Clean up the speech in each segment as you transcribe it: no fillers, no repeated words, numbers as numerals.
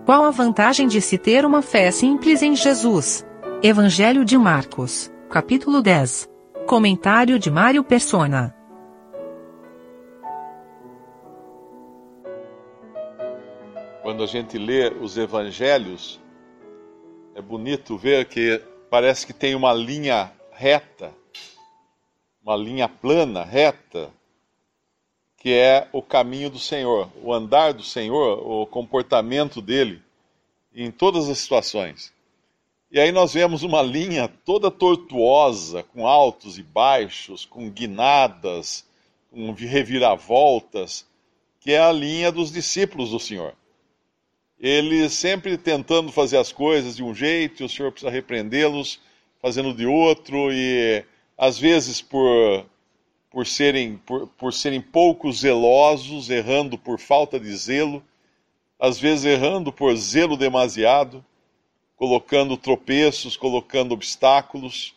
Qual a vantagem de se ter uma fé simples em Jesus? Evangelho de Marcos, capítulo 10. Comentário de Mário Persona. Quando a gente lê os evangelhos, é bonito ver que parece que tem uma linha reta, uma linha plana, reta, que é o caminho do Senhor, o andar do Senhor, o comportamento dele em todas as situações. E aí nós vemos uma linha toda tortuosa, com altos e baixos, com guinadas, com reviravoltas, que é a linha dos discípulos do Senhor. Eles sempre tentando fazer as coisas de um jeito, e o Senhor precisa repreendê-los, fazendo de outro, e às vezes por serem pouco zelosos, errando por falta de zelo, às vezes errando por zelo demasiado, colocando tropeços, colocando obstáculos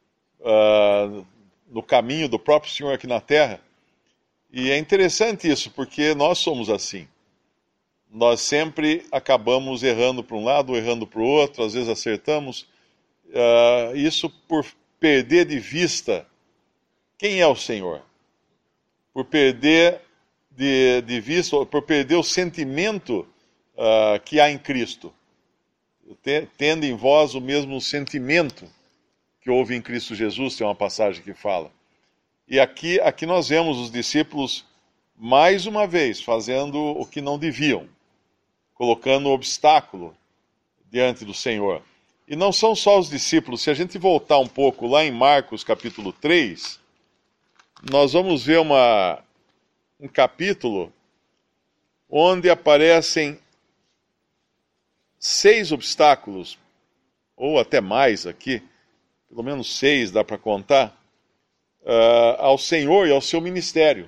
no caminho do próprio Senhor aqui na terra. E é interessante isso, porque nós somos assim. Nós sempre acabamos errando para um lado, errando para o outro, às vezes acertamos. Isso por perder de vista quem é o Senhor. Por perder de vista, por perder o sentimento que há em Cristo. Tendo em vós o mesmo sentimento que houve em Cristo Jesus, tem uma passagem que fala. E aqui nós vemos os discípulos, mais uma vez, fazendo o que não deviam, colocando obstáculo diante do Senhor. E não são só os discípulos. Se a gente voltar um pouco lá em Marcos capítulo 3, nós vamos ver um capítulo onde aparecem 6 obstáculos, ou até mais aqui, pelo menos 6 dá para contar, ao Senhor e ao seu ministério.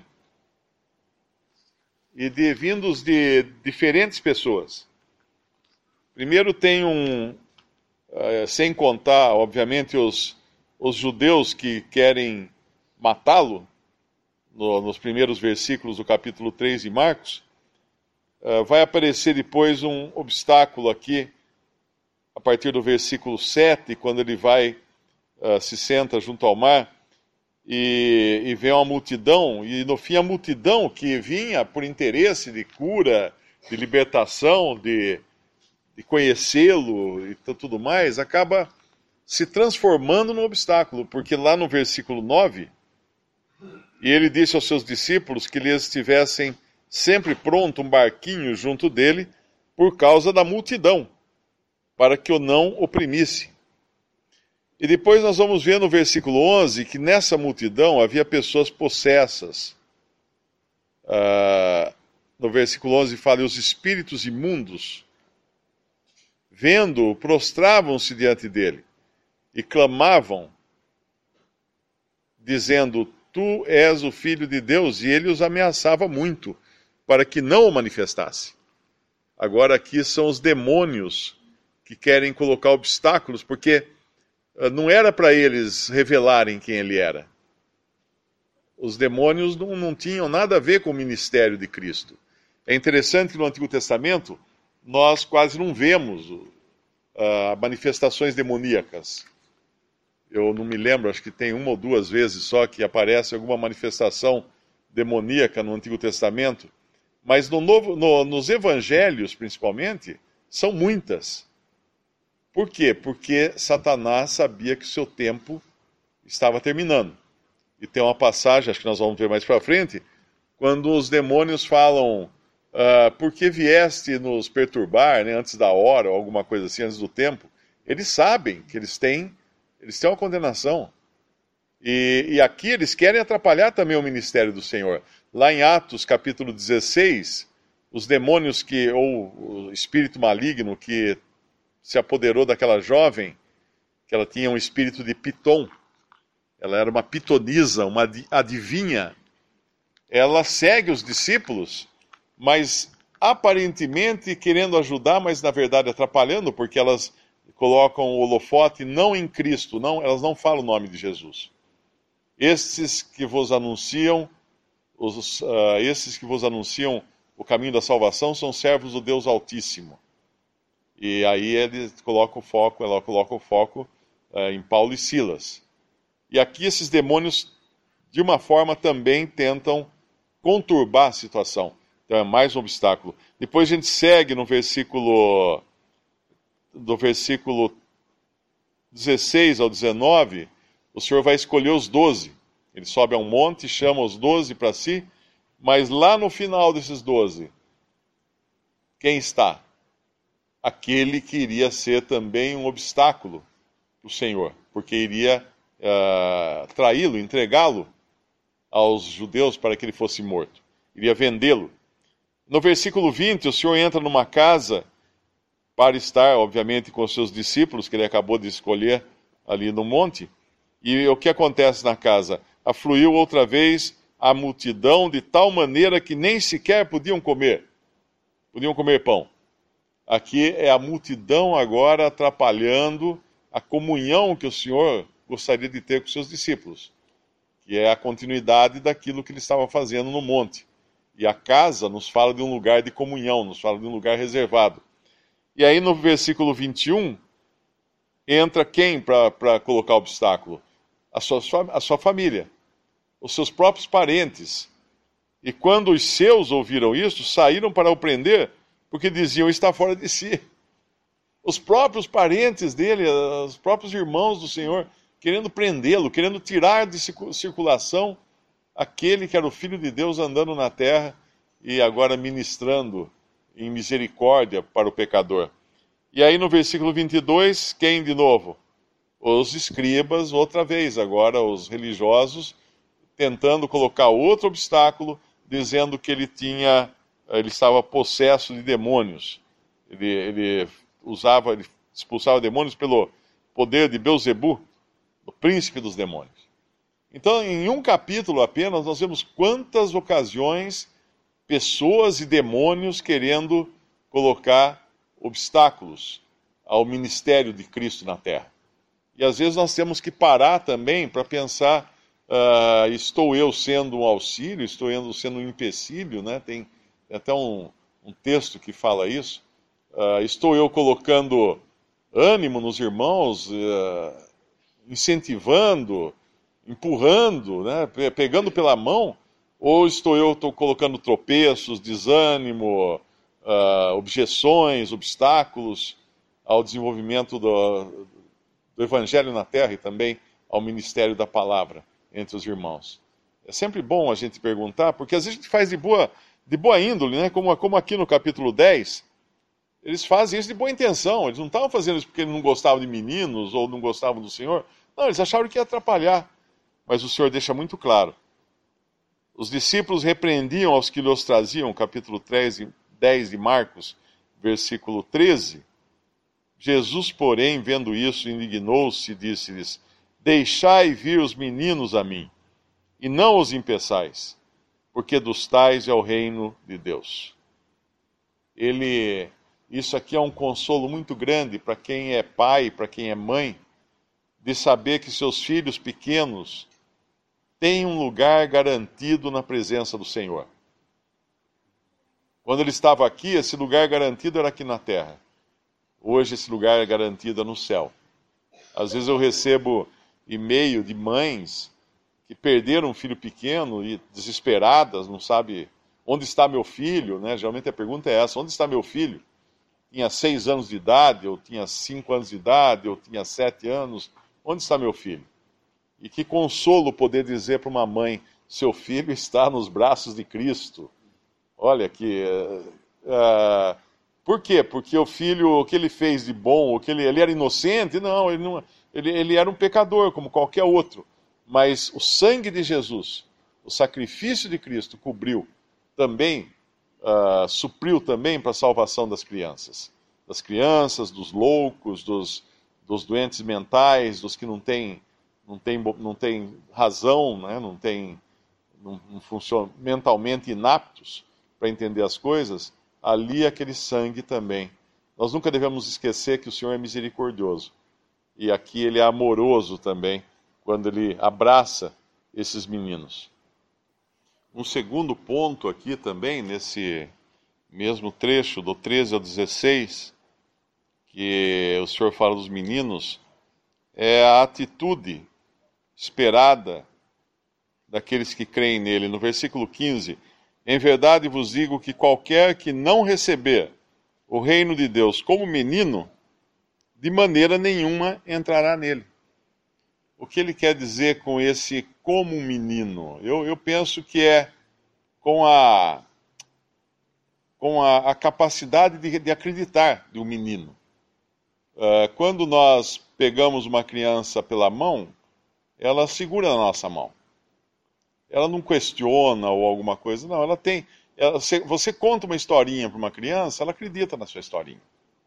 E vindos de diferentes pessoas. Primeiro tem sem contar, obviamente, os judeus que querem matá-lo, nos primeiros versículos do capítulo 3 de Marcos, vai aparecer depois um obstáculo aqui, a partir do versículo 7, quando ele se senta junto ao mar, e vê uma multidão, e no fim a multidão que vinha por interesse de cura, de libertação, de conhecê-lo e tudo mais, acaba se transformando num obstáculo, porque lá no versículo 9, e ele disse aos seus discípulos que eles tivessem sempre pronto um barquinho junto dele, por causa da multidão, para que o não oprimisse. E depois nós vamos ver no versículo 11 que nessa multidão havia pessoas possessas. No versículo 11 fala, e os espíritos imundos, vendo-o, prostravam-se diante dele e clamavam, dizendo, tu és o Filho de Deus, e ele os ameaçava muito, para que não o manifestasse. Agora aqui são os demônios que querem colocar obstáculos, porque não era para eles revelarem quem ele era. Os demônios não tinham nada a ver com o ministério de Cristo. É interessante que no Antigo Testamento nós quase não vemos manifestações demoníacas. Eu não me lembro, acho que tem 1 ou 2 vezes só que aparece alguma manifestação demoníaca no Antigo Testamento, mas nos Evangelhos, principalmente, são muitas. Por quê? Porque Satanás sabia que o seu tempo estava terminando. E tem uma passagem, acho que nós vamos ver mais para frente, quando os demônios falam, por que vieste nos perturbar, né, antes da hora, ou alguma coisa assim, antes do tempo? Eles sabem que eles têm uma condenação. E aqui eles querem atrapalhar também o ministério do Senhor. Lá em Atos, capítulo 16, os demônios ou o espírito maligno que se apoderou daquela jovem, que ela tinha um espírito de piton, ela era uma pitonisa, uma adivinha, ela segue os discípulos, mas aparentemente querendo ajudar, mas na verdade atrapalhando, porque elas colocam o holofote não em Cristo, elas não falam o nome de Jesus. Esses que vos anunciam o caminho da salvação são servos do Deus Altíssimo. E aí ela coloca o foco em Paulo e Silas. E aqui esses demônios, de uma forma, também tentam conturbar a situação. Então é mais um obstáculo. Depois a gente segue no versículo 16 ao 19, o Senhor vai escolher os 12. Ele sobe a um monte, chama os 12 para si, mas lá no final desses 12, quem está? Aquele que iria ser também um obstáculo para o Senhor, porque iria traí-lo, entregá-lo aos judeus para que ele fosse morto. Iria vendê-lo. No versículo 20, o Senhor entra numa casa para estar, obviamente, com os seus discípulos, que ele acabou de escolher ali no monte. E o que acontece na casa? Afluiu outra vez a multidão de tal maneira que nem sequer podiam comer pão. Aqui é a multidão agora atrapalhando a comunhão que o Senhor gostaria de ter com seus discípulos, que é a continuidade daquilo que ele estava fazendo no monte. E a casa nos fala de um lugar de comunhão, nos fala de um lugar reservado. E aí no versículo 21, entra quem para colocar obstáculo? A sua família, os seus próprios parentes. E quando os seus ouviram isso, saíram para o prender, porque diziam, está fora de si. Os próprios parentes dele, os próprios irmãos do Senhor, querendo prendê-lo, querendo tirar de circulação aquele que era o Filho de Deus andando na terra e agora ministrando em misericórdia para o pecador. E aí no versículo 22, quem de novo? Os escribas, outra vez, agora os religiosos, tentando colocar outro obstáculo, dizendo que ele estava possesso de demônios. Ele expulsava demônios pelo poder de Belzebu, o príncipe dos demônios. Então, em um capítulo apenas, nós vemos quantas ocasiões pessoas e demônios querendo colocar obstáculos ao ministério de Cristo na Terra. E às vezes nós temos que parar também para pensar, estou eu sendo um auxílio, estou eu sendo um empecilho, né? Tem até um texto que fala isso. Estou eu colocando ânimo nos irmãos, incentivando, empurrando, né? Pegando pela mão, ou estou colocando tropeços, desânimo, objeções, obstáculos ao desenvolvimento do Evangelho na Terra e também ao ministério da palavra entre os irmãos? É sempre bom a gente perguntar, porque às vezes a gente faz de boa índole, né? Como aqui no capítulo 10, eles fazem isso de boa intenção. Eles não estavam fazendo isso porque eles não gostavam de meninos ou não gostavam do Senhor. Não, eles acharam que ia atrapalhar. Mas o Senhor deixa muito claro. Os discípulos repreendiam aos que lhes traziam, capítulo 10 de Marcos, versículo 13. Jesus, porém, vendo isso, indignou-se e disse-lhes, deixai vir os meninos a mim, e não os impeçais, porque dos tais é o reino de Deus. Isso aqui é um consolo muito grande para quem é pai, para quem é mãe, de saber que seus filhos pequenos têm um lugar garantido na presença do Senhor. Quando ele estava aqui, esse lugar garantido era aqui na terra. Hoje esse lugar é garantido no céu. Às vezes eu recebo e-mail de mães que perderam um filho pequeno e desesperadas, não sabe onde está meu filho, né? Geralmente a pergunta é essa, onde está meu filho? Tinha 6 anos de idade, ou tinha 5 anos de idade, ou tinha 7 anos, onde está meu filho? E que consolo poder dizer para uma mãe, seu filho está nos braços de Cristo. Olha que... por quê? Porque o filho, o que ele fez de bom, ele era inocente? Não, ele era um pecador, como qualquer outro. Mas o sangue de Jesus, o sacrifício de Cristo, cobriu também, supriu também para a salvação das crianças. Das crianças, dos loucos, dos doentes mentais, dos que não têm razão, né? não funcionam mentalmente inaptos para entender as coisas. Ali aquele sangue também. Nós nunca devemos esquecer que o Senhor é misericordioso. E aqui ele é amoroso também, quando ele abraça esses meninos. Um segundo ponto aqui também, nesse mesmo trecho, do 13 ao 16, que o Senhor fala dos meninos, é a atitude esperada daqueles que creem nele. No versículo 15, em verdade vos digo que qualquer que não receber o reino de Deus como menino, de maneira nenhuma entrará nele. O que ele quer dizer com esse como um menino? Eu penso que é com a capacidade de acreditar do menino. Quando nós pegamos uma criança pela mão, ela segura na nossa mão. Ela não questiona ou alguma coisa, não. Ela tem. Você conta uma historinha para uma criança, ela acredita na sua historinha.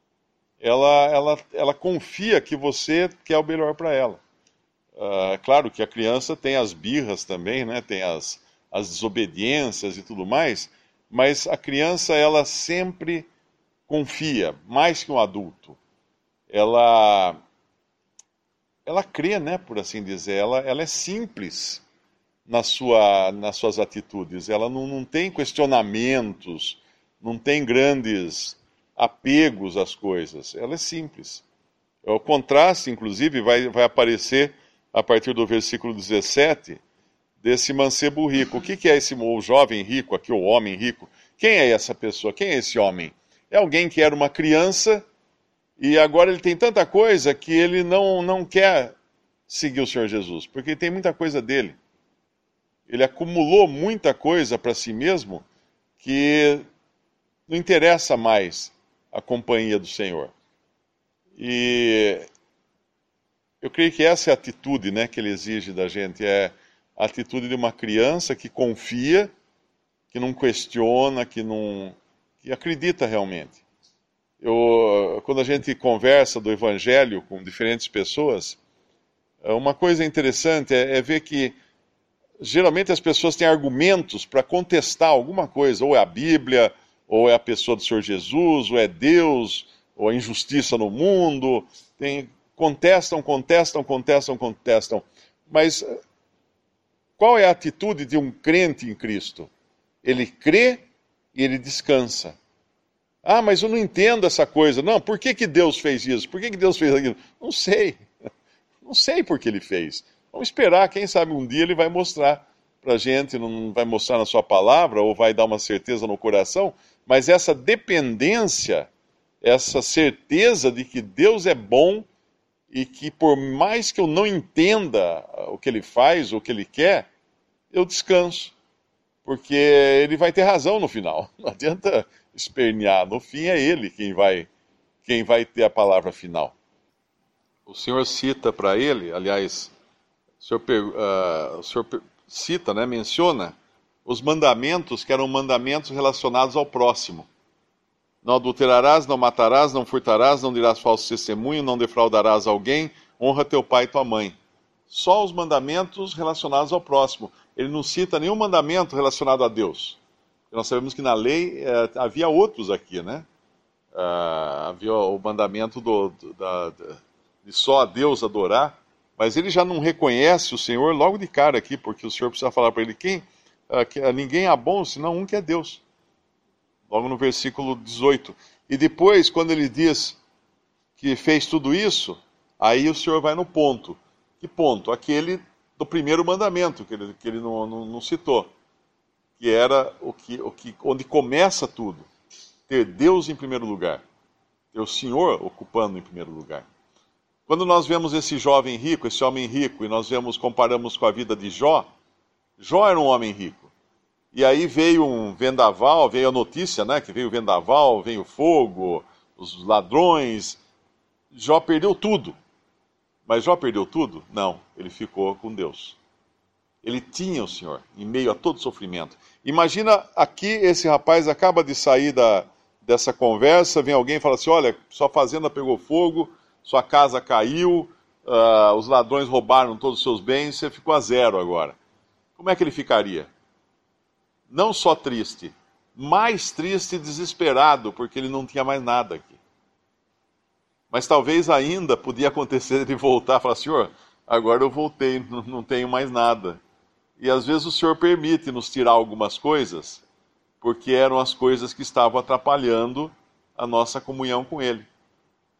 Ela confia que você quer o melhor para ela. Claro que a criança tem as birras também, né? Tem as desobediências e tudo mais, mas a criança, ela sempre confia, mais que um adulto. Ela crê, né, por assim dizer, ela é simples nas suas atitudes, ela não tem questionamentos, não tem grandes apegos às coisas, ela é simples. O contraste, inclusive, vai aparecer a partir do versículo 17, desse mancebo rico. O que é o jovem rico, aqui o homem rico? Quem é essa pessoa? Quem é esse homem? É alguém que era uma criança e agora ele tem tanta coisa que ele não quer seguir o Senhor Jesus, porque tem muita coisa dele. Ele acumulou muita coisa para si mesmo que não interessa mais a companhia do Senhor. E eu creio que essa é a atitude, né, que ele exige da gente, é a atitude de uma criança que confia, que não questiona, que acredita realmente. Quando a gente conversa do Evangelho com diferentes pessoas, uma coisa interessante é ver que geralmente as pessoas têm argumentos para contestar alguma coisa, ou é a Bíblia, ou é a pessoa do Senhor Jesus, ou é Deus, ou a injustiça no mundo. Contestam. Mas qual é a atitude de um crente em Cristo? Ele crê e ele descansa. Ah, mas eu não entendo essa coisa. Não, por que Deus fez isso? Por que Deus fez aquilo? Não sei. Não sei por que ele fez. Vamos esperar, quem sabe um dia ele vai mostrar para a gente, não vai mostrar na sua palavra, ou vai dar uma certeza no coração, mas essa dependência, essa certeza de que Deus é bom e que por mais que eu não entenda o que ele faz, o que ele quer, eu descanso. Porque ele vai ter razão no final. Não adianta espernear. No fim é ele quem vai ter a palavra final. O Senhor cita para ele, aliás, o Senhor cita, né, menciona os mandamentos que eram mandamentos relacionados ao próximo. Não adulterarás, não matarás, não furtarás, não dirás falso testemunho, não defraudarás alguém, honra teu pai e tua mãe. Só os mandamentos relacionados ao próximo. Ele não cita nenhum mandamento relacionado a Deus. Nós sabemos que na lei havia outros aqui, né? Havia o mandamento de só a Deus adorar, mas ele já não reconhece o Senhor logo de cara aqui, porque o Senhor precisa falar para ele que ninguém há bom senão um que é Deus. Logo no versículo 18. E depois, quando ele diz que fez tudo isso, aí o Senhor vai no ponto. Que ponto? Aquele do primeiro mandamento, que ele não citou. Que era onde começa tudo. Ter Deus em primeiro lugar. Ter o Senhor ocupando em primeiro lugar. Quando nós vemos esse jovem rico, esse homem rico, e comparamos com a vida de Jó, Jó era um homem rico. E aí veio um vendaval, veio a notícia, né, que veio o vendaval, veio o fogo, os ladrões. Jó perdeu tudo. Mas Jó perdeu tudo? Não, ele ficou com Deus. Ele tinha o Senhor, em meio a todo sofrimento. Imagina aqui, esse rapaz acaba de sair dessa conversa, vem alguém e fala assim, olha, sua fazenda pegou fogo, sua casa caiu, os ladrões roubaram todos os seus bens, você ficou a zero agora. Como é que ele ficaria? Não só triste, mais triste e desesperado, porque ele não tinha mais nada aqui. Mas talvez ainda podia acontecer de voltar e falar, Senhor, agora eu voltei, não tenho mais nada. E às vezes o Senhor permite nos tirar algumas coisas, porque eram as coisas que estavam atrapalhando a nossa comunhão com Ele.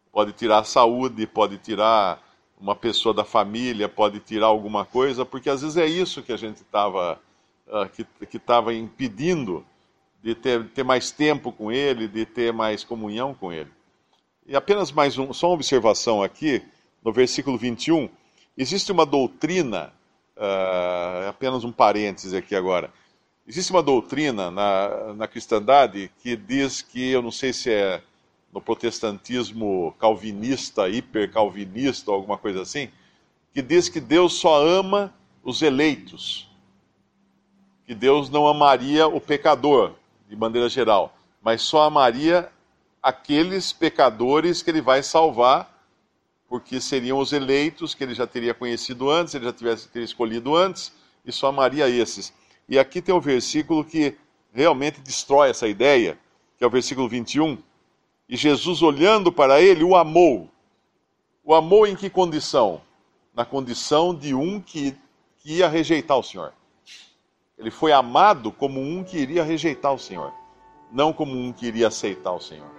pode tirar a saúde, pode tirar uma pessoa da família, pode tirar alguma coisa, porque às vezes é isso que a gente estava que estava impedindo de ter mais tempo com Ele, de ter mais comunhão com Ele. E apenas só uma observação aqui, no versículo 21, existe uma doutrina, apenas um parêntese aqui agora, existe uma doutrina na cristandade que diz que, eu não sei se é no protestantismo calvinista, hipercalvinista ou alguma coisa assim, que diz que Deus só ama os eleitos, que Deus não amaria o pecador, de maneira geral, mas só amaria aqueles pecadores que Ele vai salvar, porque seriam os eleitos que Ele já teria conhecido antes, Ele já teria escolhido antes, e só amaria esses. E aqui tem um versículo que realmente destrói essa ideia, que é o versículo 21, e Jesus, olhando para ele, o amou. O amou em que condição? Na condição de um que ia rejeitar o Senhor. Ele foi amado como um que iria rejeitar o Senhor, não como um que iria aceitar o Senhor.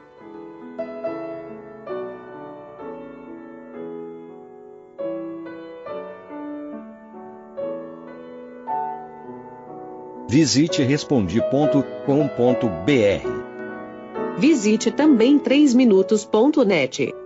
Visite Respondi.com.br. Visite também 3minutos.net.